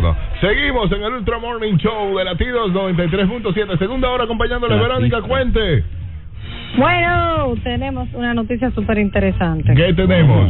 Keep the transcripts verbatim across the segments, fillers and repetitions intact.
no. Seguimos en el Ultra Morning Show de Latidos noventa y tres punto siete. Segunda hora acompañándole. Verónica, cuente. Bueno, tenemos una noticia súper interesante. ¿Qué tenemos?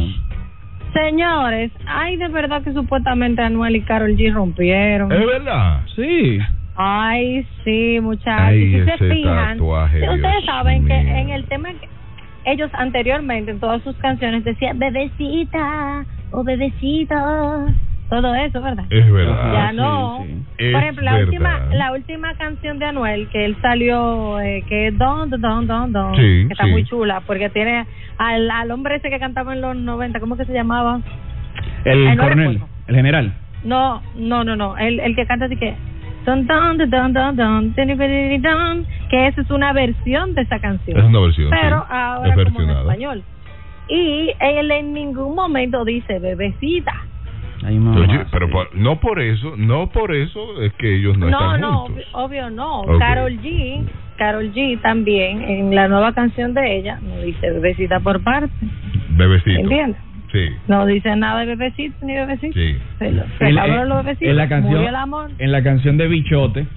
Señores, hay de verdad que supuestamente Anuel y Karol G rompieron. ¿Es verdad? Sí. Ay, sí, muchachos. Ay, si se ese fijan, tatuaje, ustedes Dios saben mío. que en el tema que ellos anteriormente en todas sus canciones decían bebecita o bebecito, todo eso, ¿verdad? Es verdad. Ya sí, no. sí. Por Es ejemplo, la verdad. última la última canción de Anuel que él salió eh, que es Don Don Don Don, Sí, que está sí. muy chula porque tiene al al hombre ese que cantaba en los noventa, ¿cómo que se llamaba? El Ay, no coronel, recuerdo. el general. No, no, no, no, el el que canta así que don don don don don don, don, que esa es una versión de esa canción. Es una versión, pero sí. ahora Es como en versionada. español. Y él en ningún momento dice bebecita. Ay, mamá, Oye, pero sí. por- no por eso, no por eso es que ellos no, No, están no, juntos. obvio, obvio no. Ok. Karol G, Karol G también en la nueva canción de ella no dice bebecita por parte, Bebecito. ¿entiendes? Sí. No dice nada de bebecito ni bebecito. Sí. Se, lo, se En, acabaron en- los bebecitos. en la canción, murió el amor. en la canción de Bichote,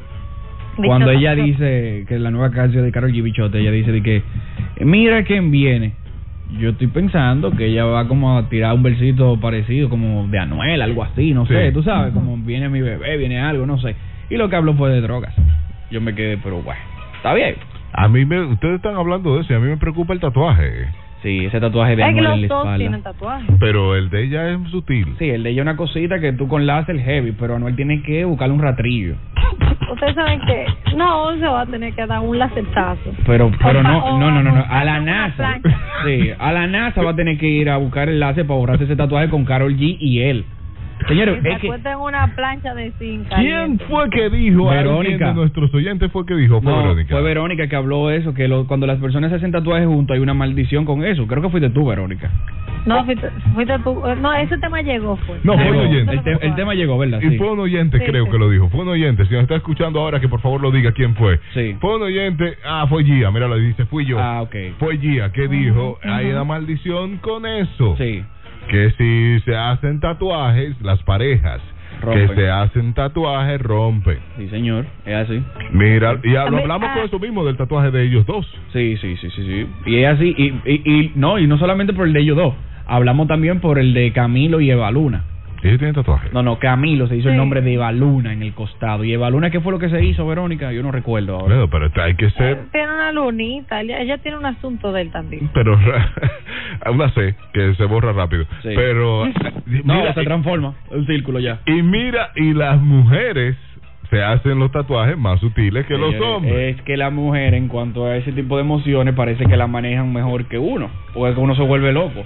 cuando Bichota, ella bichota. dice que la nueva canción de Karol G, Bichote, ella dice de que mira quién viene. Yo estoy pensando que ella va como a tirar un versito parecido como de Anuel, algo así, no Sí. sé, tú sabes, como viene mi bebé, viene algo, no sé. Y lo que habló fue de drogas. Yo me quedé, pero bueno, está bien. A mí me, ustedes están hablando de eso y a mí me preocupa el tatuaje. Sí, ese tatuaje de Es que Anuel en los la dos espalda. tienen tatuajes. Pero el de ella es sutil. Sí, el de ella una cosita que tú con láser heavy, pero Anuel tiene que buscarle un ratrillo. Ustedes saben que no se va a tener que dar un lacetazo. Pero pero O pa- no, o no, no, no, no, a a la una NASA. plancha. Sí, a la NASA va a tener que ir a buscar el láser para borrarse ese tatuaje con Karol G y él. Señores, Que se es que acuesta en una plancha de zinc. ¿Quién caliente. fue que dijo? Verónica. ¿Alguien de nuestros oyentes fue que dijo? Fue no, Verónica. fue Verónica que habló eso, que lo, cuando las personas se hacen tatuajes juntos hay una maldición con eso. Creo que fuiste tú, Verónica. No, fuiste, fuiste tú. No, ese tema llegó, fue. No, fue un Llegó. oyente. El, te- el tema llegó, ¿verdad? Y Sí. fue un oyente, Sí, creo sí. que lo dijo. Fue un oyente. Si nos está escuchando ahora, que por favor lo diga quién fue. Sí. Fue un oyente. Ah, fue Gia. Mira, lo dice. Fui yo. Ah, ok. Fue Gia que dijo: Ujú, hay ujú. una maldición con eso. Sí. Que si se hacen tatuajes, las parejas Rompen. que se hacen tatuajes rompen. Sí, señor, es así. Mira, y A lo mí, hablamos ah. por eso mismo del tatuaje de ellos dos. Sí, sí, sí, sí, sí. Y es así, y, y, y no, y no solamente por el de ellos dos. Hablamos también por el de Camilo y Eva Luna. Ellos tienen tatuajes. No, no, Camilo se hizo el Sí. nombre de Eva Luna en el costado. ¿Y Eva Luna qué fue lo que se hizo, Verónica? Yo no recuerdo ahora. Bueno, pero hay que ser. Él tiene una lunita. Ella, ella tiene un asunto de él también. Pero una C que se borra rápido. Sí. Pero No, mira, se transforma, un círculo ya. y mira, y las mujeres se hacen los tatuajes más sutiles que los Señores, hombres. Es que la mujer, en cuanto a ese tipo de emociones, parece que la manejan mejor que uno. O es que uno se vuelve loco.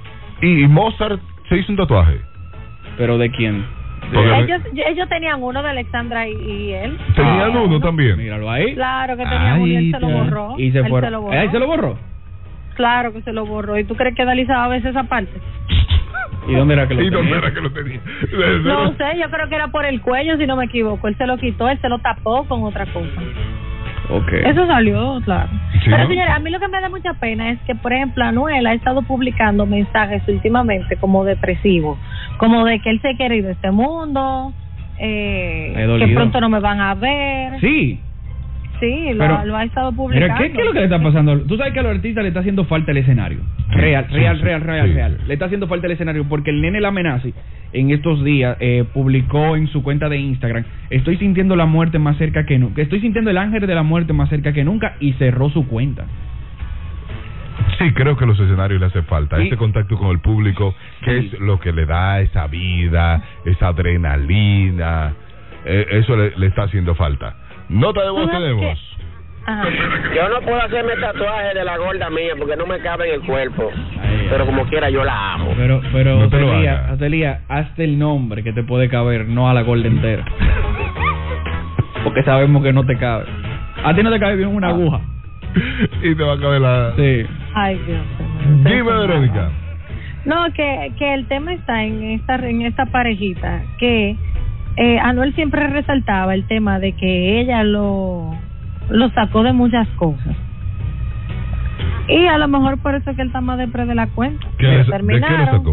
Y Mozart se hizo un tatuaje. ¿Pero de quién? Porque- Ellos, ellos tenían uno de Alexandra y, y él. Tenían Ah, uno también. Míralo ahí. Claro que tenían uno y él se lo ya. borró. Y se Él fue. se lo borró. ¿Eh, ¿Se lo borró? Claro que se lo borró. ¿Y tú crees que Dalí sabe a veces esa parte? ¿Y dónde era que lo ¿Y dónde tenía? era que lo tenía? No sé, yo creo que era por el cuello, si no me equivoco. Él se lo quitó, él se lo tapó con otra cosa. Ok. Eso salió, claro. Sí, Pero ¿no? señores, a mí lo que me da mucha pena es que, por ejemplo, Anuel ha estado publicando mensajes últimamente como depresivos, como de que él se quiere ir de este mundo, eh, He que dolido. pronto no me van a ver. Sí. Sí, lo, Pero, lo ha estado publicando. Mira, ¿qué, ¿qué es lo que le está pasando? Tú sabes que a los artistas le está haciendo falta el escenario. Real, Sí, real, sí, real, real, sí. real. Le está haciendo falta el escenario porque el nene Lamenazi en estos días eh, publicó en su cuenta de Instagram: estoy sintiendo la muerte más cerca que nunca. Estoy sintiendo el ángel de la muerte más cerca que nunca, y cerró su cuenta. Sí, creo que los escenarios le hace falta. Sí. Ese contacto con el público, que Sí. es lo que le da esa vida, esa adrenalina. Eh, eso le, le está haciendo falta. Nota de voz ¿Tú sabes tenemos. qué? Ajá. Yo no puedo hacerme tatuaje de la gorda mía porque no me cabe en el cuerpo. Ay, Pero como quiera yo la amo. Pero, pero, No te lo Otelia, hagas. Otelia, hazte el nombre que te puede caber, no a la gorda entera. Porque sabemos que no te cabe. A ti no te cabe bien una aguja. Y te va a caber la... Sí. Ay, Dios mío. Dime, Verónica. No, que, que el tema está en esta en esta parejita, que eh, Anuel siempre resaltaba el tema de que ella lo, lo sacó de muchas cosas. Y a lo mejor por eso es que él está más depre de la cuenta. ¿Qué le- ¿De qué lo Terminaron. sacó?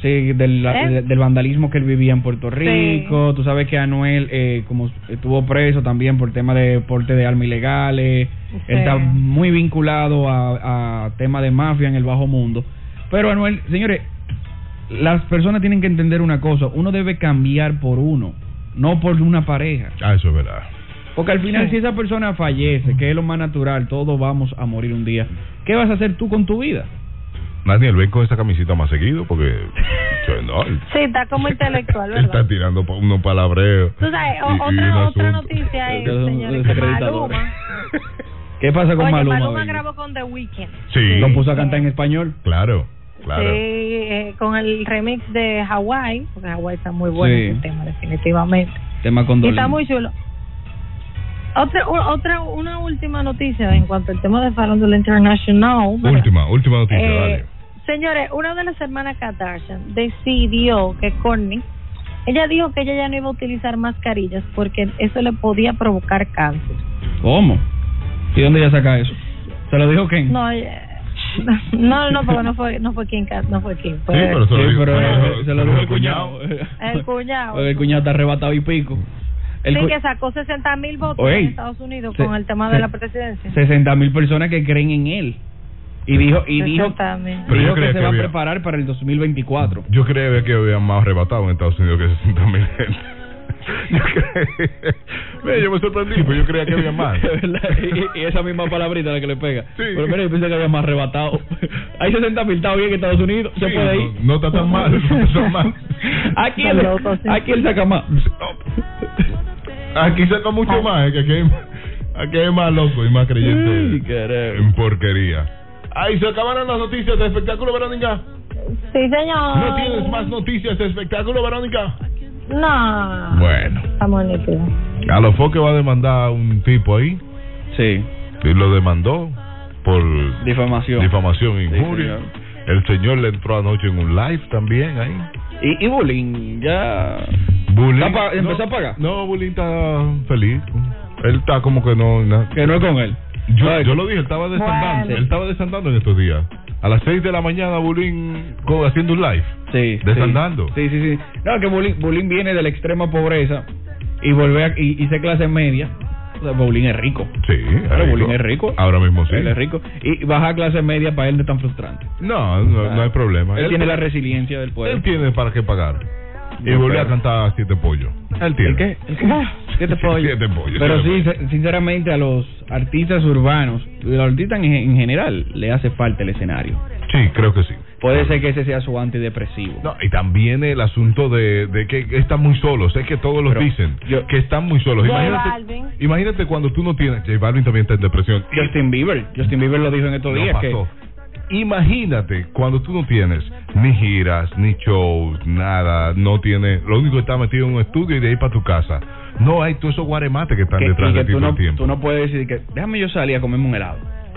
Sí, del, ¿Eh? de- del vandalismo que él vivía en Puerto Rico. Sí. Tú sabes que Anuel, eh, como estuvo preso también por tema de porte de armas ilegales, sí. Él está muy vinculado a, a tema de mafia en el bajo mundo. Pero Anuel, señores, las personas tienen que entender una cosa: uno debe cambiar por uno, no por una pareja. Ah, eso es verdad. Porque al final, sí. si esa persona fallece, que es lo más natural, todos vamos a morir un día, ¿qué vas a hacer tú con tu vida? Daniel, ven con esa camisita más seguido porque... No, sí, está como intelectual, ¿verdad? Está tirando unos palabreos. Tú sabes, o, y, otra, y otra asunto. noticia es, señores, que Maluma... ¿Qué pasa con Oye, Maluma? Maluma grabó con The Weeknd. Sí. Lo puso a cantar en español. Claro, claro. Sí, eh, con el remix de Hawaii, porque Hawaii está muy bueno sí. ese tema, definitivamente. Tema con y está muy chulo. Otra, otra, una última noticia en cuanto al tema de Farándula International. ¿verdad? Última, última noticia, eh, dale. Señores, una de las hermanas Kardashian decidió que Kourtney, ella dijo que ella ya no iba a utilizar mascarillas porque eso le podía provocar cáncer. ¿Cómo? ¿Y dónde ella saca eso? ¿Se lo dijo Ken? No, no, no, porque no fue, no fue Kim, no fue Kim. Fue, sí, pero, se, sí, lo dijo, pero bueno, se lo dijo el cuñado. El cuñado. El cuñado está arrebatado y pico. El sí, cu... que sacó sesenta mil votos Oye, en Estados Unidos se, con el tema se, de la presidencia. sesenta mil personas que creen en él. Y dijo, y dijo, pero dijo que se que va había, a preparar para el dos mil veinticuatro. Yo creía que había más arrebatado en Estados Unidos que sesenta mil gente. Yo creía, mira, yo me sorprendí, pues yo creía que había más. y, y esa misma palabrita la que le pega. Sí. Pero mira, yo pensé que había más arrebatado. Hay sesenta mil, está bien en Estados Unidos, se sí, puede ir. No, no está tan mal, no está tan mal. Aquí él, aquí él saca más. Aquí saca mucho más, que aquí hay, aquí hay más loco y más creyente Ay, en porquería. Ahí se acabaron las noticias de espectáculo, Verónica. Sí, señor. ¿No tienes más noticias de espectáculo, Verónica? No. Bueno. Estamos nítidos. A lo foque va a demandar a un tipo ahí. Sí. Y lo demandó por difamación. Difamación e injuria. Sí, el señor le entró anoche en un live también ahí. Y, y bullying ya. Bullying. ¿Empezó no, a pagar? No, bullying está feliz. Él está como que no. no. Que no es con él. Yo, yo lo dije, él estaba desandando. Bueno. Él estaba desandando en estos días. A las seis de la mañana, Bulín haciendo un live. Sí. Desandando. Sí, sí, sí. No, que Bulín, Bulín viene de la extrema pobreza y vuelve a, y, y se clase media. O sea, Bulín es rico. Sí, claro, Bulín es rico. Ahora mismo sí. Él es rico. Y bajar a clase media para él no es tan frustrante. No, no, no hay problema. Él, él tiene la resiliencia del pueblo. Él tiene para qué pagar. Y No, volvió pero... a cantar Siete Pollos. Él tiene. ¿El qué? ¿El qué? Siete pollos. Siete pollos. Pero siete sí, pollos. sinceramente a los artistas urbanos, a los artistas en, en general, le hace falta el escenario. Sí, creo que sí. Puede ser que ese sea su antidepresivo. No, y también el asunto de, de que están muy solos. Es que todos lo Pero dicen, yo- que están muy solos. J Imagínate, Balvin. imagínate cuando tú no tienes... J Balvin también está en depresión. Justin Bieber, Justin Bieber lo dijo en estos No días pasó. Imagínate cuando tú no tienes ni giras, ni shows, nada, no tienes, lo único que está metido en un estudio y de ahí para tu casa. No hay todos esos guaremates que están que, detrás y que de ti tú todo no, el tiempo. tú no puedes decir que déjame yo salir a comerme un helado.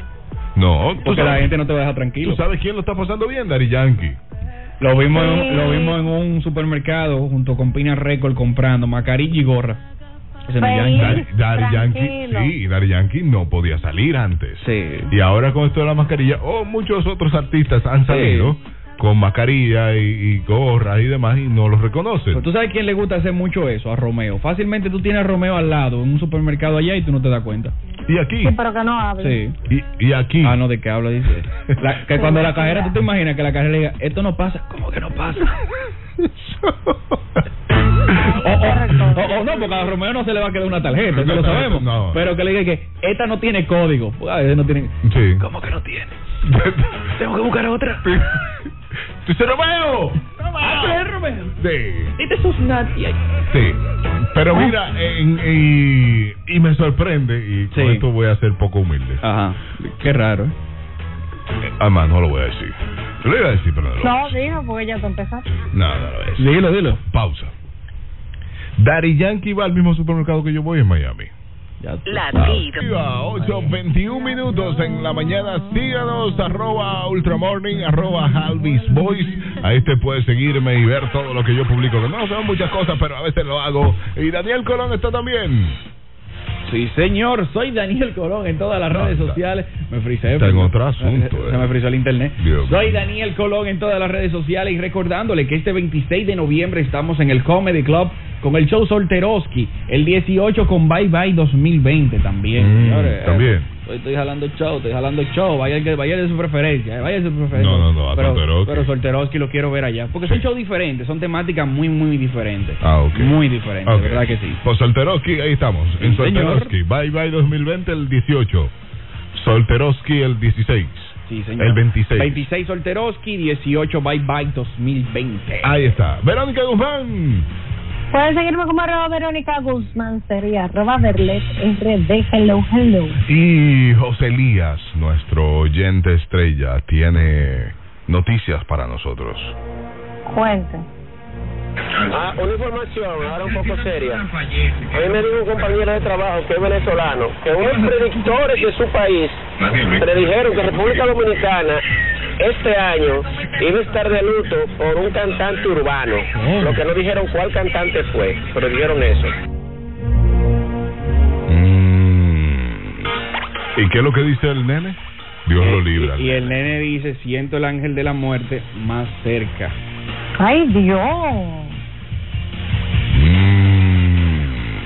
No, tú Porque la sabes, gente no te va a dejar tranquilo. ¿tú sabes quién lo está pasando bien? Daddy Yankee. Lo vimos, Sí. en, lo vimos en un supermercado junto con Pina Record comprando mascarilla y gorra. Ese no es Feliz. Yankee. Daddy, Daddy Yankee, Tranquilo. sí, Daddy Yankee no podía salir antes. Sí. Y ahora con esto de la mascarilla, oh, muchos otros artistas han salido con mascarilla y, y gorras y demás y no los reconocen. Pero tú sabes quién le gusta hacer mucho eso, a Romeo. Fácilmente tú tienes a Romeo al lado en un supermercado allá y tú no te das cuenta. Y aquí, Sí, pero que no hable. Sí. y, y aquí. Ah, no, ¿de qué habla? Dice. La- que cuando la cajera, tú te imaginas que la cajera le diga, esto no pasa. ¿Cómo que no pasa? O, o, o, o no, porque a Romeo no se le va a quedar una tarjeta, eso lo sabemos. No. Pero que le diga que esta no tiene código. Pues, a veces no tiene. Sí. ¿Cómo que no tiene? Tengo que buscar otra. ¡Tú se Romeo! ¡Ah, Romeo! Sí. Dite sus nati ahí. Sí. Pero mira, en- y, y me sorprende, y con Sí. esto voy a ser poco humilde. Ajá. Qué raro, ¿eh? Eh, Además, no lo voy a decir. Lo iba a decir, pero no lo voy a No, dijo, porque ya te empezaste. decir. No, no lo voy a decir. Dilo, dilo. Pausa. Daddy Yankee va al mismo supermercado que yo voy en Miami. Ya tú Latido. ocho veintiún minutos en la mañana. Síganos, arroba Ultramorning, arroba Alvis Boys. Ahí te puedes seguirme y ver todo lo que yo publico. No son muchas cosas, pero a veces lo hago. Y Daniel Colón está también. Sí, señor, soy Daniel Colón en todas las No, redes está- sociales. Me frisé. está en pero- otro asunto, Se eh. me frizó el internet. Dios soy mío. Daniel Colón en todas las redes sociales y recordándole que este veintiséis de noviembre estamos en el Comedy Club con el show Solteroski. El dieciocho con Bye Bye dos mil veinte también, Mm, señores. también. Estoy, estoy jalando show, estoy jalando show. Vaya, que- vaya de su preferencia, vaya de su preferencia. No, no, no, a pero, Solteroski. Pero Solteroski lo quiero ver allá. Porque son Sí. shows diferentes, son temáticas muy, muy diferentes. Ah, ok. Muy diferentes, Ok. ¿verdad que sí? Pues Solteroski, ahí estamos. Sí, en señor. Solteroski. Bye Bye dos mil veinte el dieciocho. Solteroski el dieciséis. Sí, señor. El veintiséis. veintiséis Solteroski, dieciocho Bye Bye dos mil veinte. Ahí está. Verónica Guzmán. Pueden seguirme como arroba Verónica Guzmán, sería arroba Verlet R D, hello, hello. Y José Elías, nuestro oyente estrella, tiene noticias para nosotros. Cuente. Ah, una información, ahora un poco seria. Hoy me dijo un compañero de trabajo que es venezolano, que unos predictores de su país predijeron que República Dominicana este año iba a estar de luto por un cantante urbano. Oh. Lo que no dijeron cuál cantante fue, pero dijeron eso. Mm. ¿Y qué es lo que dice el nene? Dios lo libra. Y, y el nene dice, siento el ángel de la muerte más cerca. Ay, Dios. Mm.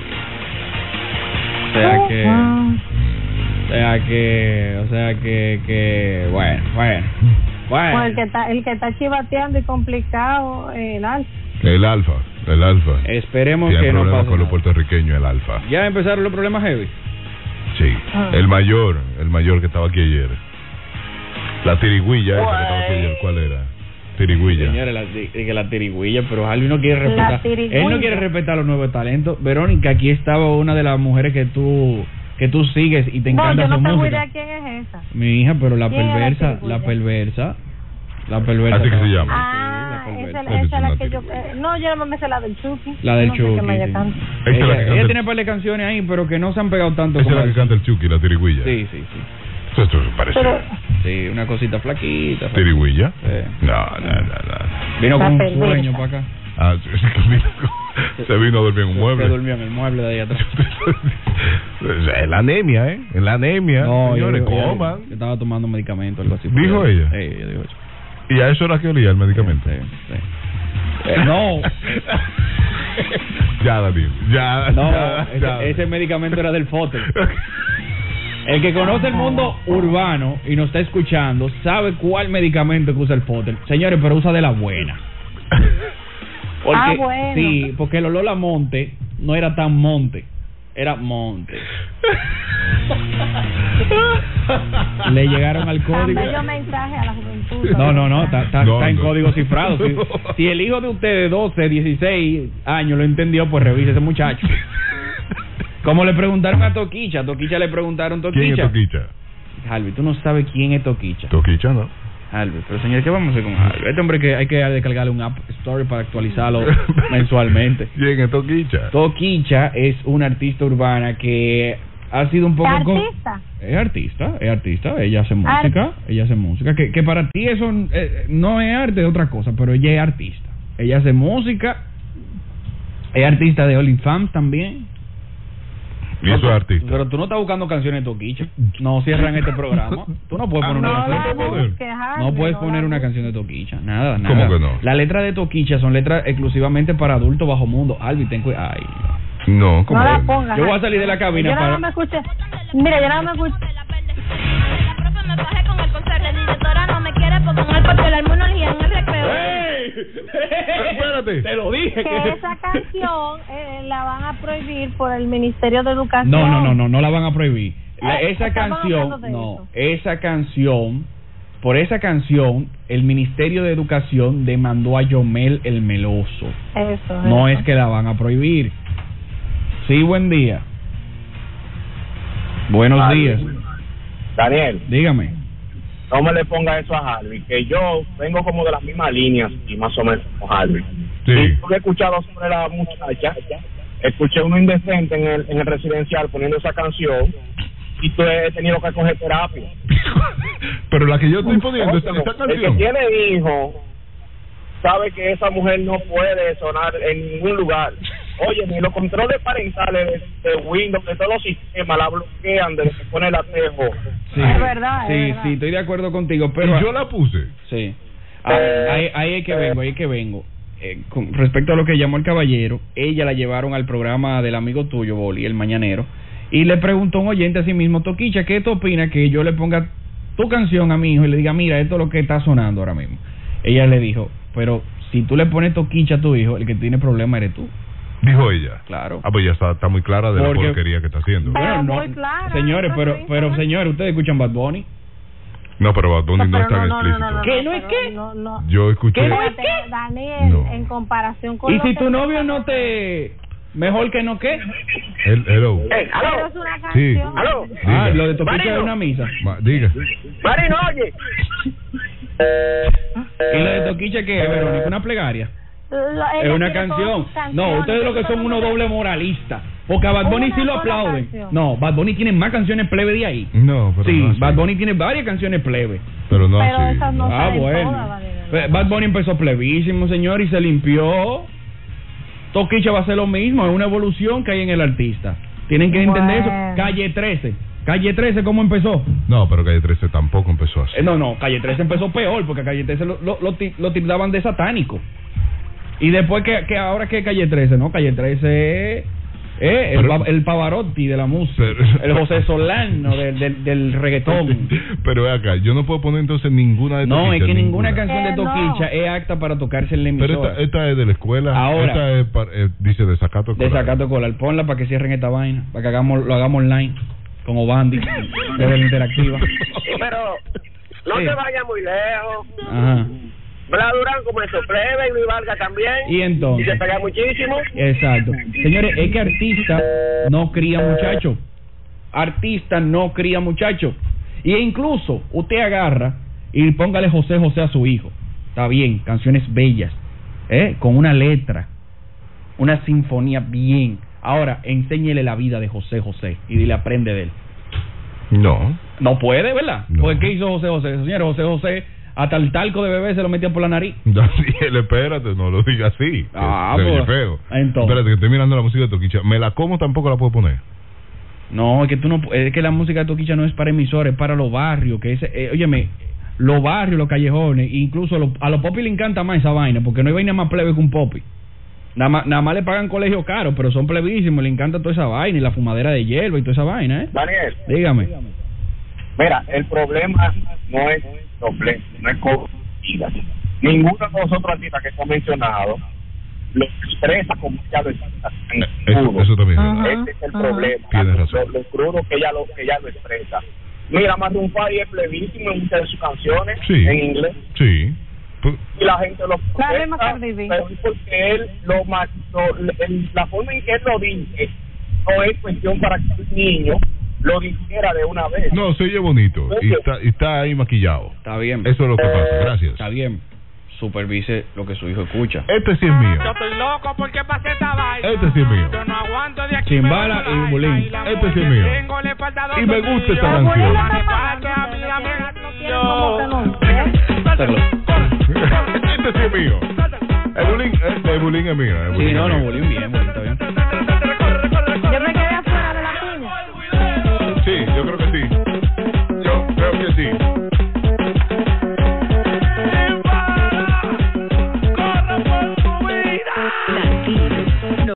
O sea que... Ah. O sea que... O sea que... que bueno, bueno. Pues Bueno. el que está, el que está chivateando y complicado, eh, el alfa. El alfa, el alfa. Esperemos Tiene que no problemas pase con los nada. puertorriqueños, el alfa. Ya empezaron los problemas heavy. Sí. Ah. El mayor, el mayor que estaba aquí ayer. La tirigüilla esa que estaba aquí ayer, ¿cuál era? Tirigüilla. Señores, la, di- que la tirigüilla, pero Harvey no quiere La respetar. tirigüilla. Él no quiere respetar los nuevos talentos. Verónica, aquí estaba una de las mujeres que tú que tú sigues y te No, encanta yo no su tengo música. idea quién es esa. Mi hija, pero la ¿Quién es la perversa, tirigüilla? la perversa, la perversa. Así que se estaba- llama. Ah, Sí, la esa, perversa. esa es la Esa que es yo... una eh, no, yo no me sé la del Chucky. La del no sé qué Chucky, me haya sí. canta. Esa es la que Ella, canta ella el- tiene un par de canciones ahí, pero que no se han pegado tanto Esa es como la que esa. canta el Chucky, la tirigüilla. Sí, sí, sí. Esto, esto parece. Pero... Sí, una cosita flaquita. ¿Tirigüilla? Sí. No, no, no, no. Vino La con un perversa. sueño para acá. Ah, sí, sí, que vino- se vino a dormir en un Se mueble. durmió en el mueble de ahí atrás. Es la anemia, ¿eh? Es la anemia. No, Señores, yo- yo- coman. yo estaba tomando medicamento, algo así. ¿Dijo ella? Sí, ella dijo eso. Y a eso era que olía el medicamento. Sí, sí. Eh, no, Ya, David. Ya, no, ya, ya. ese, ese medicamento era del Fotel. El que conoce el mundo urbano y nos está escuchando sabe cuál medicamento que usa el Fotel. Señores, pero usa de la buena. Porque, Ah, bueno. Sí, porque el olor a monte no era tan monte, era monte. Le llegaron al Tan código. bello mensaje a la juventud. No, no, no, está, está- No, está en no. código cifrado. Si, si el hijo de usted de doce, dieciséis años lo entendió, pues revise ese muchacho. Como le preguntaron a Toquicha, a Toquicha le preguntaron Toquicha. ¿Quién es Toquicha? Harvey, tú no sabes quién es Toquicha. Toquicha, ¿no? Harvey, pero señor, ¿qué vamos a hacer con Harvey? Este hombre que hay que descargarle un App Store para actualizarlo mensualmente. ¿Quién es Toquicha? Toquicha es una artista urbana que ha sido un poco... con- ¿Artista? Es artista, es artista, ella hace música, ella hace música, que, que para ti eso eh, no es arte, es otra cosa, pero ella es artista. Ella hace música, es artista de OnlyFans también. Y eso es artista. Pero tú no estás buscando canciones de Toquicha, no cierran este programa. Tú no puedes poner No una la canción. busques, Harvey, No puedes no poner la una busques. canción de Toquicha, nada, nada. ¿Cómo que no? Las letras de Toquicha son letras exclusivamente para adultos bajo mundo. Albi, ten cuidado. Ay, No, ¿cómo No la que? pongas. Yo voy a Harvey. salir de la cabina Yo para- nada más me escuché. Mira, yo nada más me escuché. La profe me bajé con el conserje, la directora no me quiere porque con el porque el almuerzo en el recreo. ¡Ey! Espérate. Te lo dije. Que esa canción eh, la van a prohibir por el Ministerio de Educación. No, no, no, no, no la van a prohibir. La- Eh, esa estamos canción, hablando de no, eso. esa canción, por esa canción, el Ministerio de Educación demandó a Yomel el Meloso. Eso. No eso. es que la van a prohibir. Sí, buen día. Buenos Harvey. días. Daniel, Dígame. no me le ponga eso a Harvey, que yo vengo como de las mismas líneas y más o menos como Harvey. Sí. Y yo he escuchado sobre la muchacha, escuché uno indecente en el, en el residencial poniendo esa canción y tú he tenido que coger terapia. Pero la que yo estoy poniendo es esa El que canción. tiene hijo sabe que esa mujer no puede sonar en ningún lugar. Oye, ni los controles parentales de, de Windows, de todos los sistemas, la bloquean desde que pone el atejo. Sí, Es verdad, sí, es verdad. sí, estoy de acuerdo contigo, pero Y yo la puse. sí. Ahí, ahí, ahí es que vengo, ahí es que vengo. Eh, con respecto a lo que llamó el caballero, ella la llevaron al programa del amigo tuyo, Boli, el mañanero, y le preguntó a un oyente a sí mismo, Toquicha, ¿qué tú opinas que yo le ponga tu canción a mi hijo y le diga, mira, esto es lo que está sonando ahora mismo? Ella le dijo, pero si tú le pones Toquicha a tu hijo, el que tiene problema eres tú. Dijo ella. Claro. Ah, pues ya está, está muy clara de Porque- la porquería que está haciendo. Pero Bueno, no, muy clara, señores, eso pero, sí, pero ¿no? señores, ustedes escuchan Bad Bunny. No, pero Bad Bunny no, Pero es tan no, no, explícito. no, no, ¿Qué? ¿No es pero qué? No, no. Yo escuché. ¿Qué no es Espérate, Daniel, No. en comparación con Y lo si que tu novio no te... Mejor que no qué. El, hello. Eh, Pero aló, es una Sí. canción. aló, Ah, Diga. lo de Toquicha Marino. es una misa. Ma- diga. Marino, oye. ¿Y lo de Toquicha qué es, Verónica? ¿Una plegaria? Ella Es una tiene canción. todas sus No, canciones, ustedes lo que tiene son unos todas- doble moralistas. Porque a Bad Bunny Una sí lo sola aplauden. canción. No, Bad Bunny tiene más canciones plebe de ahí. No, pero Sí, no así. Bad Bunny tiene varias canciones plebe. Pero no Pero así. esas no Ah, salen bueno. todas, Daniel. Pues, Bad Bunny empezó plebísimo, señor, y se limpió. Toquicha va a ser lo mismo, es una evolución que hay en el artista. Tienen que entender Bueno. eso. Calle trece. Calle trece, ¿cómo empezó? No, pero Calle trece tampoco empezó así. Eh, no, no, Calle trece empezó peor, porque a Calle trece lo, lo, lo, ti- lo tildaban de satánico. Y después que, que ahora que Calle trece, ¿no? Calle trece es eh, el, Pero- pa- el Pavarotti de la música, Pero- el José Solano del, del, del reggaetón. Pero ve acá, yo no puedo poner entonces ninguna de No, es Toquicha, que ninguna canción de Eh, no. Toquicha es apta para tocarse en la Pero emisora. esta, esta es de la escuela. Ahora. Esta es para- eh, dice de sacato De escolar. sacato colar, ponla para que cierren esta vaina, para que hagamos, lo hagamos online, como Bandy, desde la interactiva. Pero no Sí. te vayas muy lejos. Ajá. Bla Durán como eso, plebe, y Luis Vargas también. Y entonces. Y se pega muchísimo. Exacto. Señores, es que artista no cría muchacho. Artista no cría muchacho. Y incluso usted agarra y póngale José José a su hijo. Está bien, canciones bellas, ¿eh? Con una letra, una sinfonía bien. Ahora, enséñele la vida de José José y dile aprende de él. No. No puede, ¿verdad? No. Porque ¿qué hizo José José? Señores, José José hasta el talco de bebé se lo metía por la nariz. Daniel, espérate, no lo digas así. Ah, se oye pues, feo. entonces. Espérate, que estoy mirando la música de Toquicha. Me la como, tampoco la puedo poner. No, es que tú no, es que la música de Toquicha no es para emisores, es para los barrios, que ese, eh, óyeme, los barrios, los callejones, incluso a los, a los popis le encanta más esa vaina, porque no hay vaina más plebe que un popi. Nada más, nada más le pagan colegio caro, pero son plebísimos, le encanta toda esa vaina y la fumadera de hierba y toda esa vaina, ¿eh? Daniel, Dígame. mira, el problema no es doble, no es comida. Ninguno de los otros artistas que se han mencionado lo expresa como ya lo expresa. en el Eso, crudo. eso también. Ajá. Ese es el Ajá. problema. Tienes razón. Lo, lo crudo que ella lo, que ella lo expresa. Mira, Maroon five es plebísimo en muchas de sus canciones Sí. en inglés. Sí. Pues, Y la gente lo La protesta, misma Cardi B. pero es porque él lo, ma- lo- el- la forma en que él lo dice no es cuestión para que un niño lo dijera de una vez. no, se oye bonito. Y está, y está ahí maquillado. Está bien. Eso es lo que pasa. Gracias. Está bien. Supervise lo que su hijo escucha. Este sí es mío. Yo estoy loco porque pasé esta vaina. Este sí es mío. Yo no aguanto de aquí. Chimbala me y baila, Bulín. y la Este mujer sí es que mío. tengo le falta dos Y me gusta esta tornillos. canción. Abuela Me está pasa que a pagando, mí pero la que me- no quieren como que no sé. Suéltalo. Este sí es mío. El bullying, el, el bullying es mío. El bullying Sí, no, es no, mío. Bulín bien, Bulín, está bien.